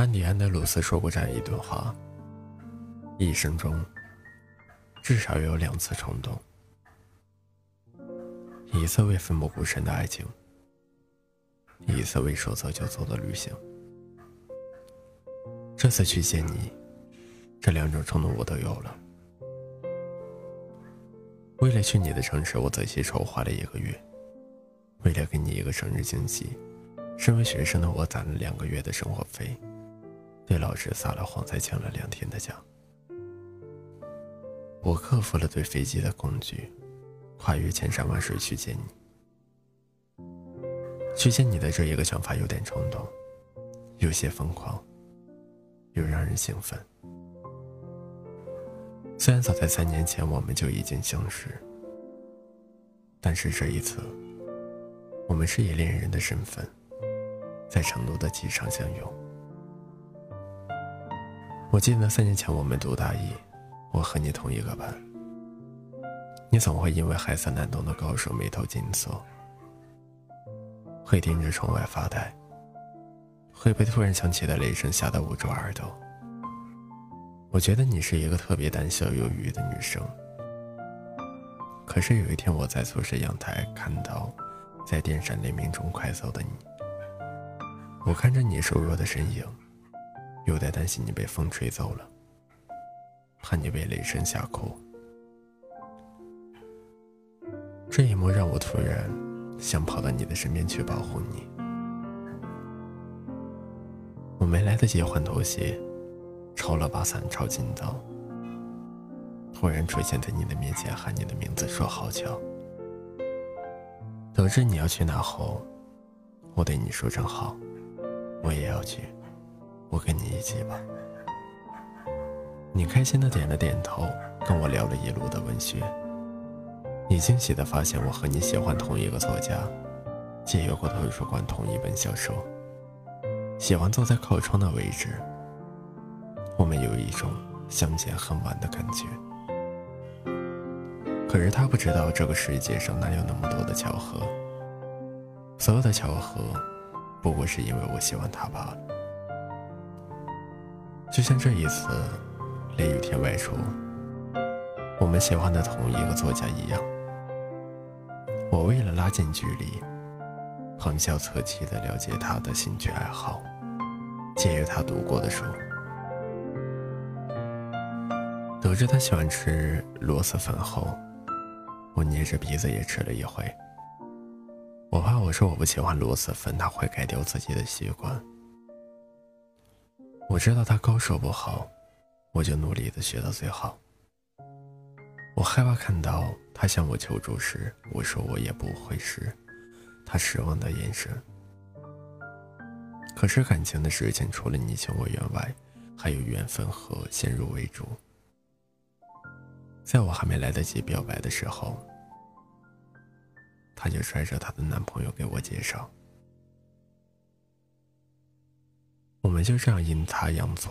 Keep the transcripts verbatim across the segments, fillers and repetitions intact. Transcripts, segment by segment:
安迪·安德鲁斯说过这样一段话：一生中至少有两次冲动，一次为奋不顾身的爱情，一次为说走就走的旅行。这次去见你，这两种冲动我都有了。为了去你的城市，我仔细筹划了一个月。为了给你一个生日惊喜，身为学生的我攒了两个月的生活费，对老师撒了谎，才请了两天的假。我克服了对飞机的恐惧，跨越千山万水去见你。去见你的这一个想法有点冲动，有些疯狂，又让人兴奋。虽然早在三年前我们就已经相识，但是这一次我们是以恋人的身份在成都的机场相拥。我记得三年前我们读大一，我和你同一个班，你总会因为海色难懂的高手眉头紧锁，会盯着窗外发呆，会被突然响起的雷声吓得捂住耳朵。我觉得你是一个特别胆小犹豫的女生，可是有一天我在宿舍阳台看到在电闪雷鸣中快走的你，我看着你瘦弱的身影，有点担心你被风吹走了，怕你被雷声吓哭。这一幕让我突然想跑到你的身边去保护你。我没来得及换拖鞋，抄了把伞抄近道，突然出现在你的面前，喊你的名字，说好巧。得知你要去哪后，我对你说正好，我也要去，我跟你一起吧。你开心的点了点头，跟我聊了一路的文学。你惊喜地发现我和你喜欢同一个作家，借阅过图书馆同一本小说，喜欢坐在靠窗的位置。我们有一种相见恨晚的感觉。可是他不知道这个世界上哪有那么多的巧合，所有的巧合不过是因为我喜欢他罢了。就像这一次雷雨天外出，我们喜欢的同一个作家一样，我为了拉近距离，旁敲侧击地了解他的兴趣爱好，借阅他读过的书。得知他喜欢吃螺蛳粉后，我捏着鼻子也吃了一回。我怕我说我不喜欢螺蛳粉，他会改掉自己的习惯。我知道他高手不好，我就努力地学到最好。我害怕看到他向我求助时，我说我也不会时，他失望的眼神。可是感情的事情除了你情我愿外，还有缘分和先入为主。在我还没来得及表白的时候，她就拽着她的男朋友给我介绍，我们就这样阴差阳错。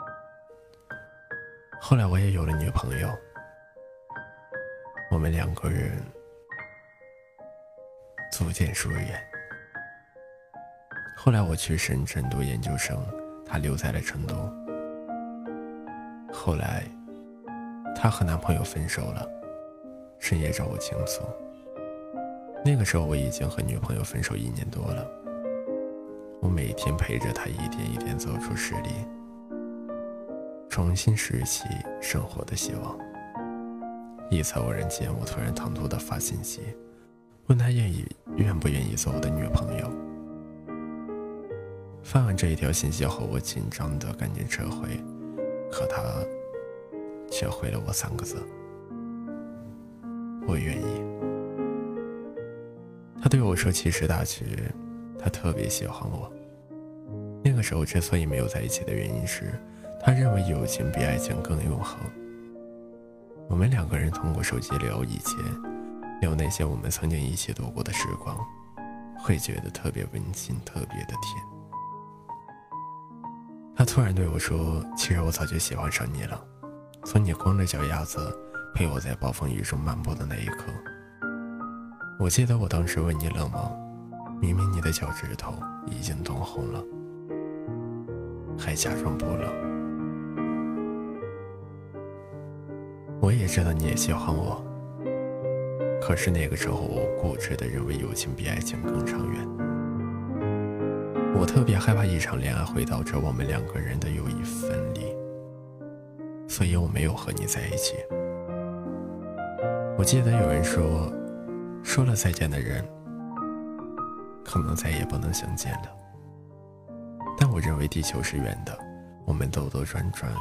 后来我也有了女朋友，我们两个人逐渐疏远。后来我去深圳读研究生，她留在了成都。后来她和男朋友分手了，深夜找我倾诉。那个时候我已经和女朋友分手一年多了，我每天陪着她一点一点走出失恋，重新拾起生活的希望。一次偶然间，我突然唐突地发信息，问她愿意愿不愿意做我的女朋友。发完这一条信息后，我紧张地赶紧撤回，可她却回了我三个字：我愿意。他对我说，其实大学他特别喜欢我。那个时候之所以没有在一起的原因是，他认为友情比爱情更永恒。我们两个人通过手机聊以前，聊那些我们曾经一起度过的时光，会觉得特别温馨，特别的甜。他突然对我说，其实我早就喜欢上你了，从你光着脚丫子陪我在暴风雨中漫步的那一刻。我记得我当时问你冷吗？明明你的脚趾头已经冻红了。 还假装不冷。我也知道你也喜欢我，可是那个时候我固执地认为友情比爱情更长远。我特别害怕一场恋爱会导致我们两个人的友谊分离，所以我没有和你在一起。我记得有人说，说了再见的人可能再也不能相见了，但我认为地球是圆的，我们兜兜转转，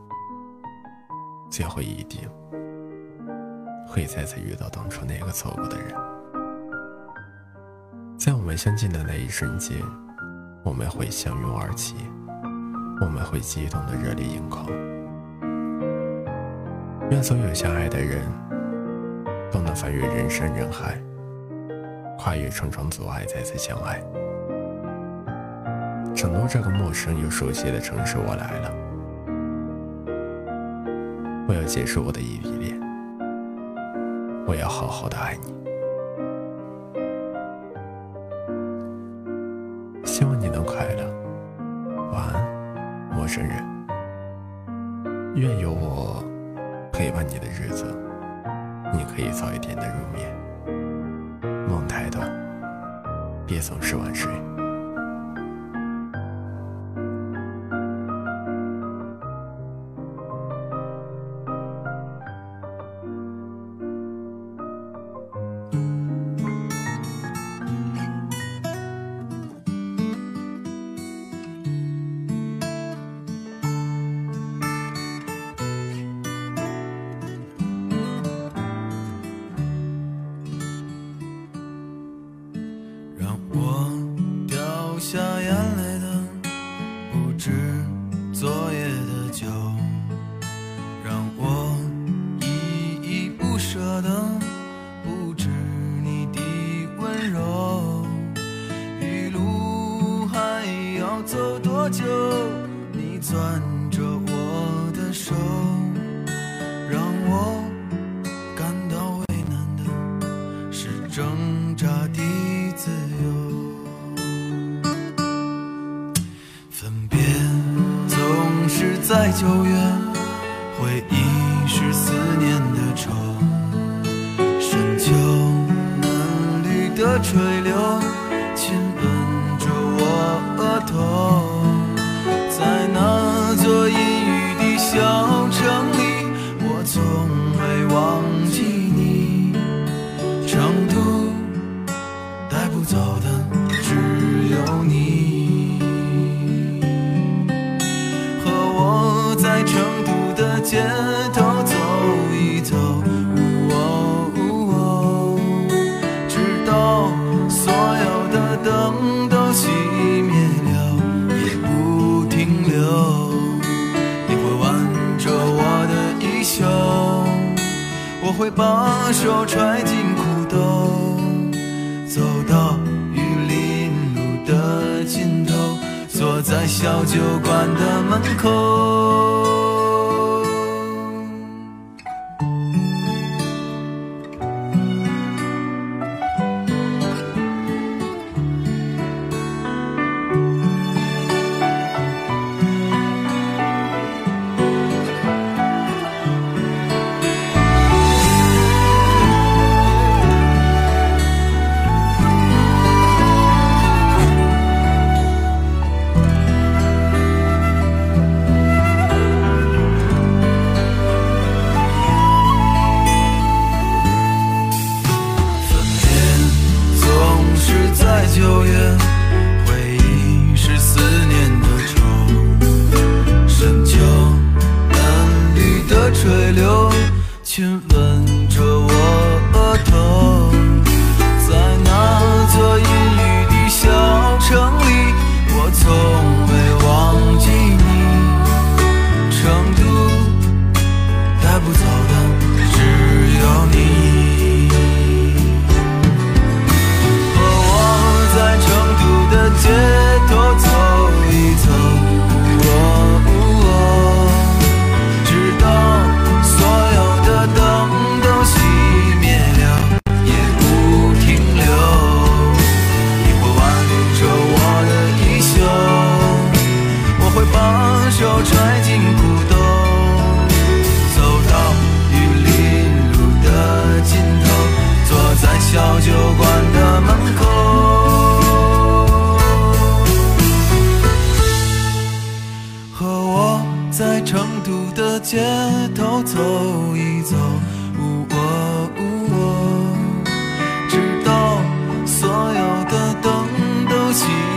最后一定会再次遇到当初那个错过的人。在我们相近的那一瞬间，我们会相拥而泣，我们会激动的热泪盈眶。愿所有相爱的人都能翻越人山人海，跨越重重阻碍，再次相爱。成都这个陌生又熟悉的城市，我来了。我要结束我的异地恋，我要好好的爱你。希望你能快乐，晚安，陌生人。愿有我陪伴你的日子，你可以早一点的入眠。梦太短，别总是晚睡。 下眼泪的不止昨夜的酒，让我依依不舍的不止你的温柔。一路还要走多久？你攥着我的手，让我感到为难的是挣扎的自由。在九月，回忆是思念的愁，深秋嫩绿的垂柳亲吻着我额头。在那座阴雨的小城里，我从未忘记你，长途带不走的只有你。在成都的街头走一走，哦哦，直到所有的灯都熄灭了，也不停留。你会挽着我的衣袖，我会把手揣进裤兜，走到玉林路的尽头，坐在小酒馆的门口。 手揣进裤兜，走到玉林路的尽头，坐在小酒馆的门口，和我在成都的街头走一走，呜喔呜喔，直到所有的灯都熄